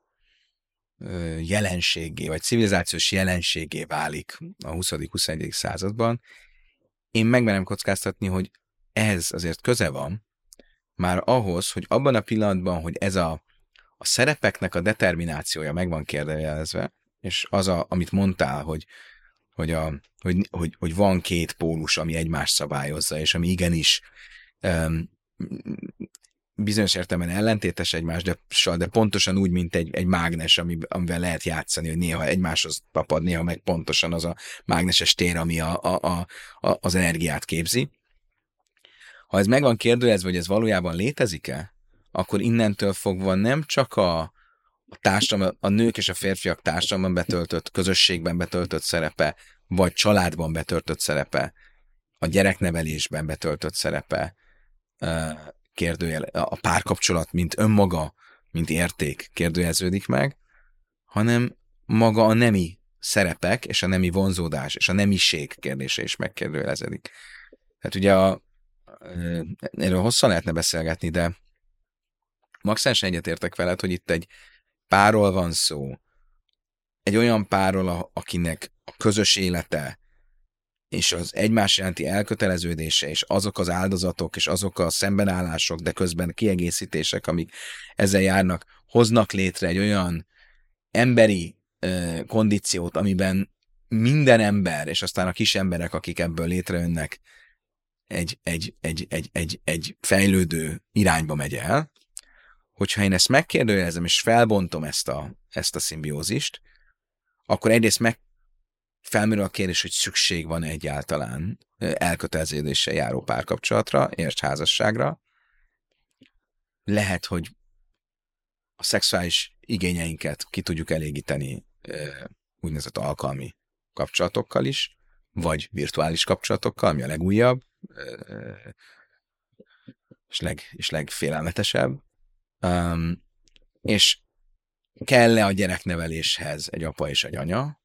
jelenségé, vagy civilizációs jelenségé válik a huszadik-huszonegyedik században, én megmerem kockáztatni, hogy ehhez azért köze van, már ahhoz, hogy abban a pillanatban, hogy ez a, a szerepeknek a determinációja meg van kérdőjelezve, és az, a, amit mondtál, hogy, hogy, a, hogy, hogy, hogy van két pólus, ami egymást szabályozza, és ami igenis um, bizonyos értelemben ellentétes egymással, de pontosan úgy, mint egy, egy mágnes, amivel lehet játszani, hogy néha egymáshoz tapad, néha meg pontosan az a mágneses tér, ami a, a, a, a, az energiát képzi. Ha ez meg van kérdőjelezve, hogy ez valójában létezik-e, akkor innentől fogva nem csak a, a társadalom, a nők és a férfiak társadalomban betöltött, közösségben betöltött szerepe, vagy családban betöltött szerepe, a gyereknevelésben betöltött szerepe, kérdőjel, a párkapcsolat, mint önmaga, mint érték kérdőjeleződik meg, hanem maga a nemi szerepek, és a nemi vonzódás, és a nemiség kérdése is megkérdőjeleződik. Tehát ugye a, erről hosszan lehetne beszélgetni, de maximálisan egyetértek veled, hogy itt egy párról van szó, egy olyan párról, akinek a közös élete, és az egymás iránti elköteleződése, és azok az áldozatok, és azok a szembenállások, de közben kiegészítések, amik ezzel járnak, hoznak létre egy olyan emberi ö, kondíciót, amiben minden ember, és aztán a kis emberek, akik ebből létrejönnek, egy, egy, egy, egy, egy, egy fejlődő irányba megy el. Hogyha én ezt megkérdőjelezem, és felbontom ezt a, ezt a szimbiózist, akkor egyrészt meg felmerül a kérdés, hogy szükség van egyáltalán elköteleződéssel járó párkapcsolatra, érts házasságra. Lehet, hogy a szexuális igényeinket ki tudjuk elégíteni úgynevezett alkalmi kapcsolatokkal is, vagy virtuális kapcsolatokkal, ami a legújabb, és, leg, és legfélelmetesebb. Um, és kell-e a gyerekneveléshez egy apa és egy anya,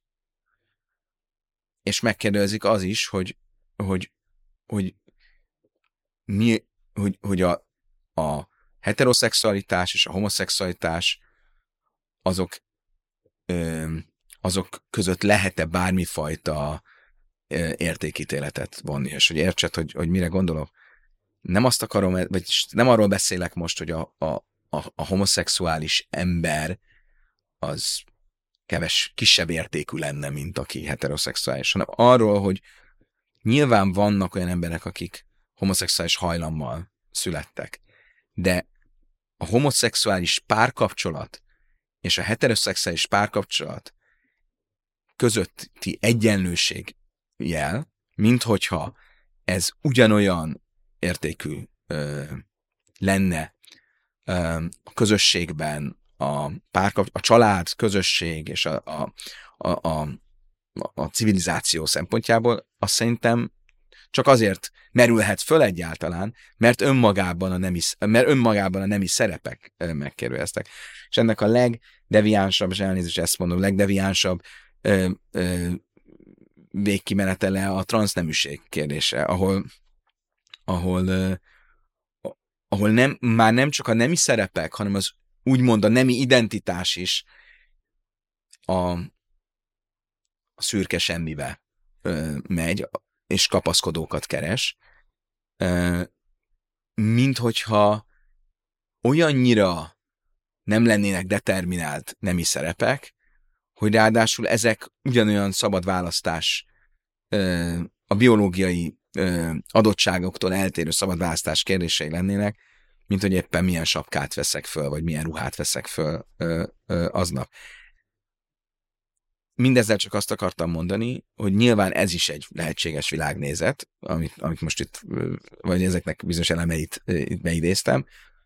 és megkérdezik az is, hogy, hogy, hogy, mi, hogy, hogy a, a heteroszexualitás és a homoszexualitás azok, ö, azok között lehet-e bármifajta ö, értékítéletet vonni, és hogy értsed, hogy, hogy mire gondolok. Nem azt akarom, vagy nem arról beszélek most, hogy a, a, a, a homoszexuális ember az keves, kisebb értékű lenne, mint aki heteroszexuális, hanem arról, hogy nyilván vannak olyan emberek, akik homoszexuális hajlammal születtek, de a homoszexuális párkapcsolat és a heteroszexuális párkapcsolat közötti egyenlőség jel, mint hogyha ez ugyanolyan értékű ö, lenne ö, a közösségben, a, párkap, a család, közösség és a, a, a, a, a civilizáció szempontjából, azt szerintem csak azért merülhet föl egyáltalán, mert önmagában a nemi, mert önmagában a nemi szerepek megkérdőjeleztek. És ennek a legdeviánsabb, és elnézést ezt mondom, legdeviánsabb ö, ö, végkimenetele a transzneműség kérdése, ahol, ahol, ö, ahol nem, már nem csak a nemi szerepek, hanem az úgymond a nemi identitás is a, a szürke semmibe ö, megy, és kapaszkodókat keres, mint hogyha olyannyira nem lennének determinált nemi szerepek, hogy ráadásul ezek ugyanolyan szabad választás, a biológiai adottságoktól eltérő szabad választás kérdései lennének, mint hogy éppen milyen sapkát veszek föl, vagy milyen ruhát veszek föl aznap. Mindezzel csak azt akartam mondani, hogy nyilván ez is egy lehetséges világnézet, amit, amit most itt, vagy ezeknek bizonyos elemeit itt beidéztem.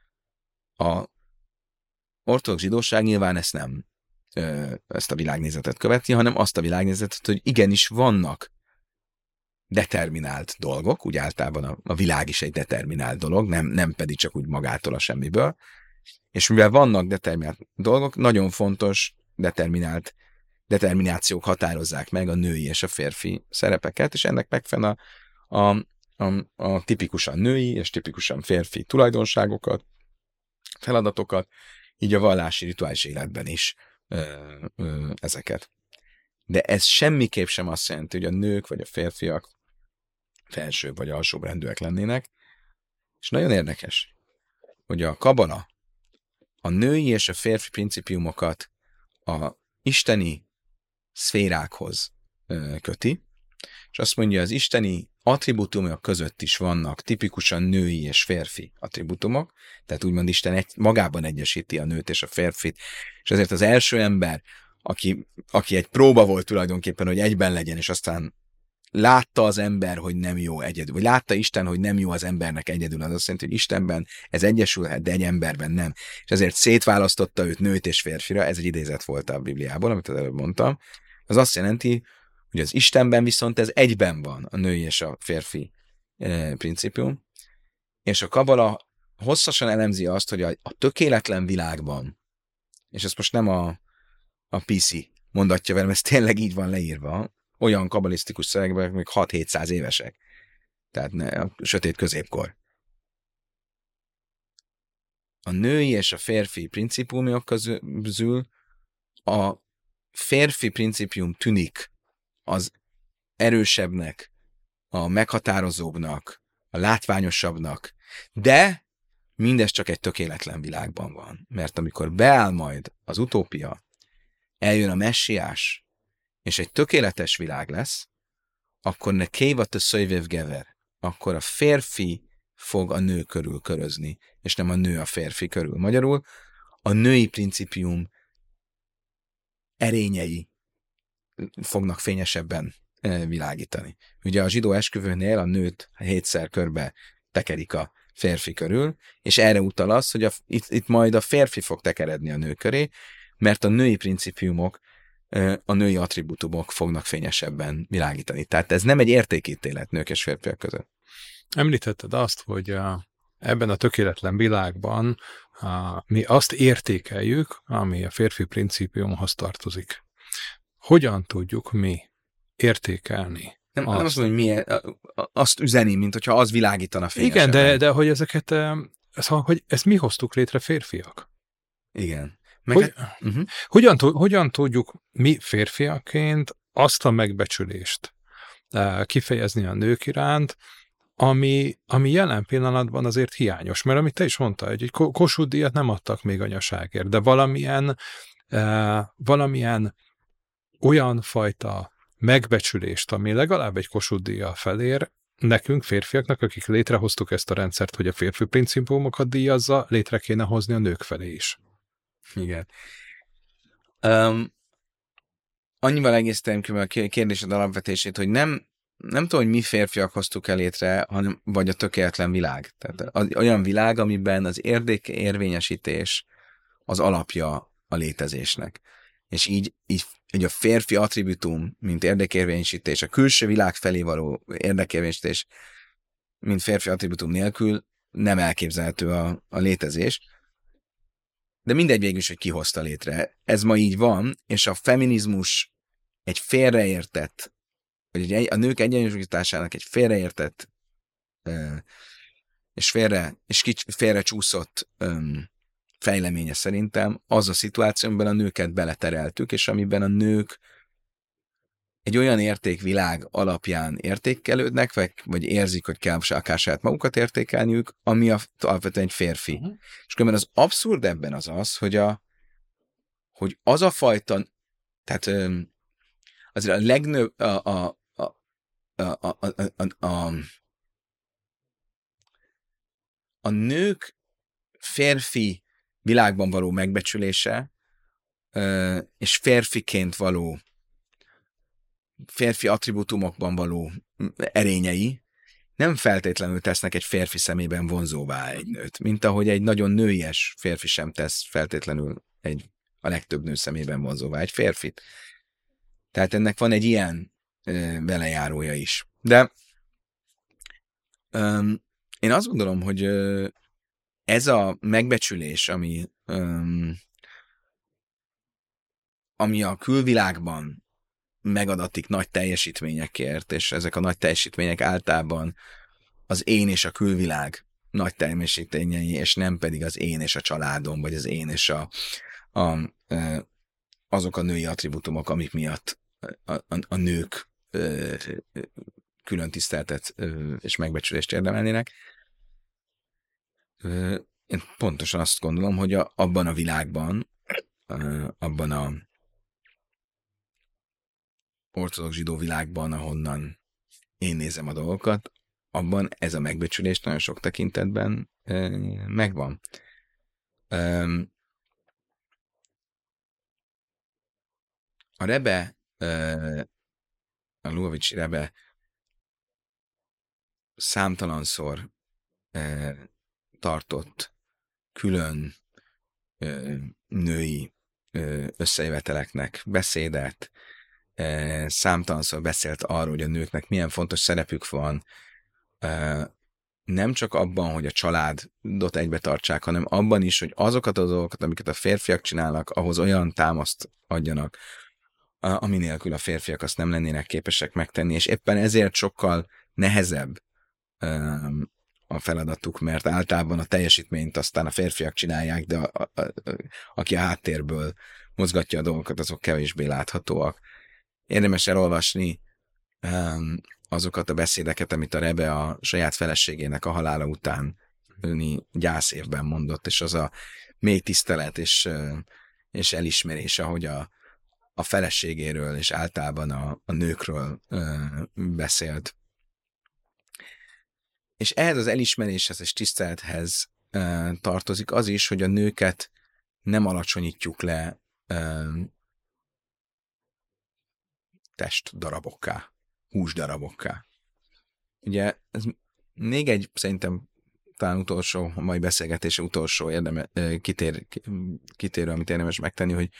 A ortodox zsidóság nyilván ezt nem, ezt a világnézetet követi, hanem azt a világnézetet, hogy igenis vannak determinált dolgok, úgy általában a, a világ is egy determinált dolog, nem, nem pedig csak úgy magától a semmiből, és mivel vannak determinált dolgok, nagyon fontos determinált determinációk határozzák meg a női és a férfi szerepeket, és ennek megfelelően a, a, a, a tipikusan női és tipikusan férfi tulajdonságokat, feladatokat, így a vallási rituális életben is ö, ö, ezeket. De ez semmiképp sem azt jelenti, hogy a nők vagy a férfiak felsőbb vagy alsóbb rendűek lennének, és nagyon érdekes, hogy a kabala a női és a férfi principiumokat a isteni szférákhoz ö, köti, és azt mondja, az isteni attribútumok között is vannak tipikusan női és férfi attribútumok, tehát úgymond Isten egy, magában egyesíti a nőt és a férfit, és ezért az első ember, aki, aki egy próba volt tulajdonképpen, hogy egyben legyen, és aztán látta az ember, hogy nem jó egyedül, vagy látta Isten, hogy nem jó az embernek egyedül, az azt jelenti, hogy Istenben ez egyesülhet, de egy emberben nem. És ezért szétválasztotta őt nőt és férfira, ez egy idézet volt a Bibliából, amit az előbb mondtam. Az azt jelenti, hogy az Istenben viszont ez egyben van, a női és a férfi e, principium, és a kabala hosszasan elemzi azt, hogy a, a tökéletlen világban, és ezt most nem a, a pé cé mondatja velem, ez tényleg így van leírva, olyan kabalisztikus szövegek, még hat-hétszáz évesek. Tehát ne, a sötét középkor. A női és a férfi principiumok közül a férfi principium tűnik az erősebbnek, a meghatározóbbnak, a látványosabbnak, de mindez csak egy tökéletlen világban van. Mert amikor beáll majd az utópia, eljön a messiás, és egy tökéletes világ lesz, akkor ne kévat a szöjvév gever, akkor a férfi fog a nő körül körözni, és nem a nő a férfi körül. Magyarul a női principium erényei fognak fényesebben világítani. Ugye a zsidó esküvőnél a nőt hétszer körbe tekerik a férfi körül, és erre utal az, hogy a, itt, itt majd a férfi fog tekeredni a nő köré, mert a női principiumok, a női attribútumok fognak fényesebben világítani. Tehát ez nem egy értékítélet nők és férfiak között. Említetted azt, hogy a, ebben a tökéletlen világban a, mi azt értékeljük, ami a férfi principiumhoz tartozik. Hogyan tudjuk mi értékelni? Nem azt, nem azt mondom, hogy milyen, azt üzeni, mint hogyha az világítana fényesebben. Igen, de, de hogy ezeket, szóval, hogy ezt mi hoztuk létre férfiak? Igen. Meg hogy, hát, uh-huh. hogyan, hogyan tudjuk mi férfiaként azt a megbecsülést uh, kifejezni a nők iránt, ami, ami jelen pillanatban azért hiányos, mert amit te is mondtad, hogy egy Kossuth díjat nem adtak még anyaságért, de valamilyen, uh, valamilyen olyan fajta megbecsülést, ami legalább egy Kossuth díjjal felér, nekünk férfiaknak, akik létrehoztuk ezt a rendszert, hogy a férfi principiumokat díjazza, létre kéne hozni a nők felé is. Igen. Um, annyival egészítem ki a kérdésed alapvetését, hogy nem nem tudom, hogy mi férfiak hoztuk el létre, hanem, vagy a tökéletlen világ. Tehát az, olyan világ, amiben az érdek érvényesítés az alapja a létezésnek. És így, így, így a férfi attribútum, mint érdekérvényesítés, a külső világ felé való érdekérvényesítés, mint férfi attribútum nélkül nem elképzelhető a, a létezés. De mindegy végül is, hogy ki hozta létre. Ez ma így van, és a feminizmus egy félreértett, vagy egy, a nők egyenjogosításának egy félreértett és félre, és kics, félre csúszott um, fejleménye szerintem az a szituáció, amiben a nőket beletereltük, és amiben a nők egy olyan értékvilág alapján értékelődnek, vagy, vagy érzik, hogy kell akár saját magukat értékelniük, ami a, alapvetően egy férfi. Uh-huh. És különben az abszurd ebben az az, hogy, a, hogy az a fajta, tehát um, azért a legnőbb, a, a, a, a, a, a, a, a nők férfi világban való megbecsülése, és férfiként való, férfi attribútumokban való erényei nem feltétlenül tesznek egy férfi szemében vonzóvá egy nőt, mint ahogy egy nagyon nőies férfi sem tesz feltétlenül egy, a legtöbb nő szemében vonzóvá egy férfit. Tehát ennek van egy ilyen velejárója is. De um, én azt gondolom, hogy uh, ez a megbecsülés, ami, um, ami a külvilágban megadatik nagy teljesítményekért, és ezek a nagy teljesítmények általában az én és a külvilág nagy teljesítményei, és nem pedig az én és a családom, vagy az én és a, a, a, azok a női attribútumok, amik miatt a, a, a nők ö, külön tiszteltet ö, és megbecsülést érdemelnének. Ö, én pontosan azt gondolom, hogy a, abban a világban, ö, abban a ortodox zsidó világban, ahonnan én nézem a dolgokat, abban ez a megbecsülés nagyon sok tekintetben ö, megvan. Ö, a Rebbe, ö, a Lubavitchi Rebbe számtalanszor ö, tartott külön ö, női ö, összejöveteleknek beszédet, ö, számtalanszor beszélt arról, hogy a nőknek milyen fontos szerepük van, ö, nem csak abban, hogy a családot egybe tartsák, hanem abban is, hogy azokat a dolgokat, amiket a férfiak csinálnak, ahhoz olyan támaszt adjanak, ami nélkül a férfiak azt nem lennének képesek megtenni, és éppen ezért sokkal nehezebb ö, a feladatuk, mert általában a teljesítményt aztán a férfiak csinálják, de a, a, a, aki a háttérből mozgatja a dolgokat, azok kevésbé láthatóak. Érdemes elolvasni um, azokat a beszédeket, amit a Rebbe a saját feleségének a halála után gyászévben mondott, és az a mély tisztelet és, és elismerés, ahogy a, a feleségéről és általában a, a nőkről uh, beszélt. És ehhez az elismeréshez és tisztelethez uh, tartozik az is, hogy a nőket nem alacsonyítjuk le uh, testdarabokká, húsdarabokká. Ugye ez még egy, szerintem talán utolsó, a mai beszélgetése utolsó érdeme, uh, kitér, kitérő, amit érdemes megtenni, hogy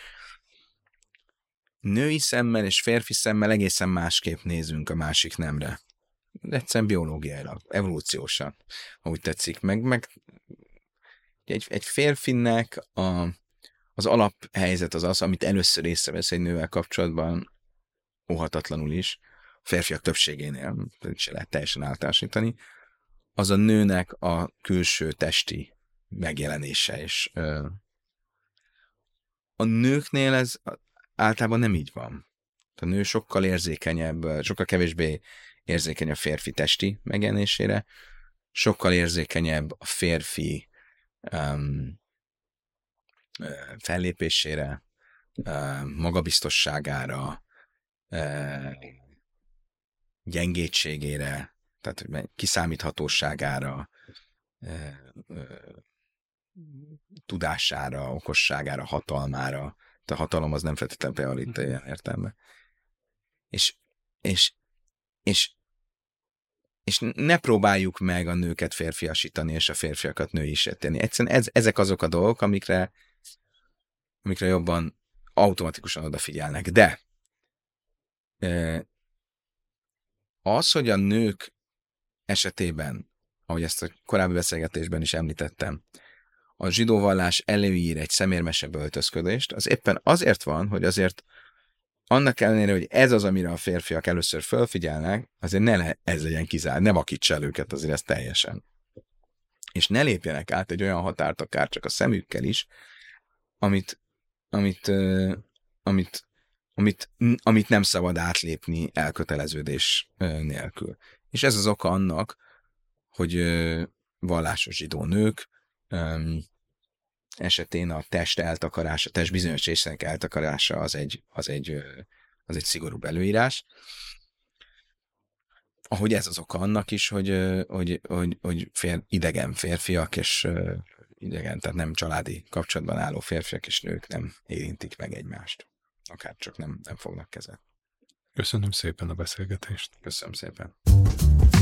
női szemmel és férfi szemmel egészen másképp nézünk a másik nemre. Egyszerűen biológiailag, evolúciósan, ahogy tetszik. Meg, meg egy, egy férfinek a, az alaphelyzet az az, amit először észrevesz egy nővel kapcsolatban, óhatatlanul is, a férfiak többségénél, se lehet teljesen általánosítani, az a nőnek a külső testi megjelenése. És ö, a nőknél ez általában nem így van. A nő sokkal érzékenyebb, sokkal kevésbé érzékeny a férfi testi megjelenésére, sokkal érzékenyebb a férfi um, fellépésére, uh, magabiztosságára, uh, gyengétségére, tehát kiszámíthatóságára, uh, uh, tudására, okosságára, hatalmára. A hatalom az nem feltétlenül realita ilyen értelme. És, és, és és ne próbáljuk meg a nőket férfiasítani, és a férfiakat nőisíteni. Egyszerűen ez, ezek azok a dolgok, amikre, amikre jobban automatikusan odafigyelnek. De az, hogy a nők esetében, ahogy ezt a korábbi beszélgetésben is említettem, a zsidó vallás előír egy szemérmesebb öltözködést, az éppen azért van, hogy azért annak ellenére, hogy ez az, amire a férfiak először fölfigyelnek, azért ne le, ez legyen kizárt, ne vakítsa el őket azért ez teljesen. És ne lépjenek át egy olyan határt, akár csak a szemükkel is, amit, amit, uh, amit, amit, amit nem szabad átlépni elköteleződés uh, nélkül. És ez az oka annak, hogy uh, vallásos zsidó nők um, esetén a test eltakarása, a test bizonyos részének eltakarása az egy, az egy, az egy szigorúbb előírás. Ahogy ez az oka annak is, hogy, hogy, hogy, hogy fér, idegen férfiak és idegen, tehát nem családi kapcsolatban álló férfiak és nők nem érintik meg egymást. Akár csak nem, nem fognak kezet. Köszönöm szépen a beszélgetést. Köszönöm szépen.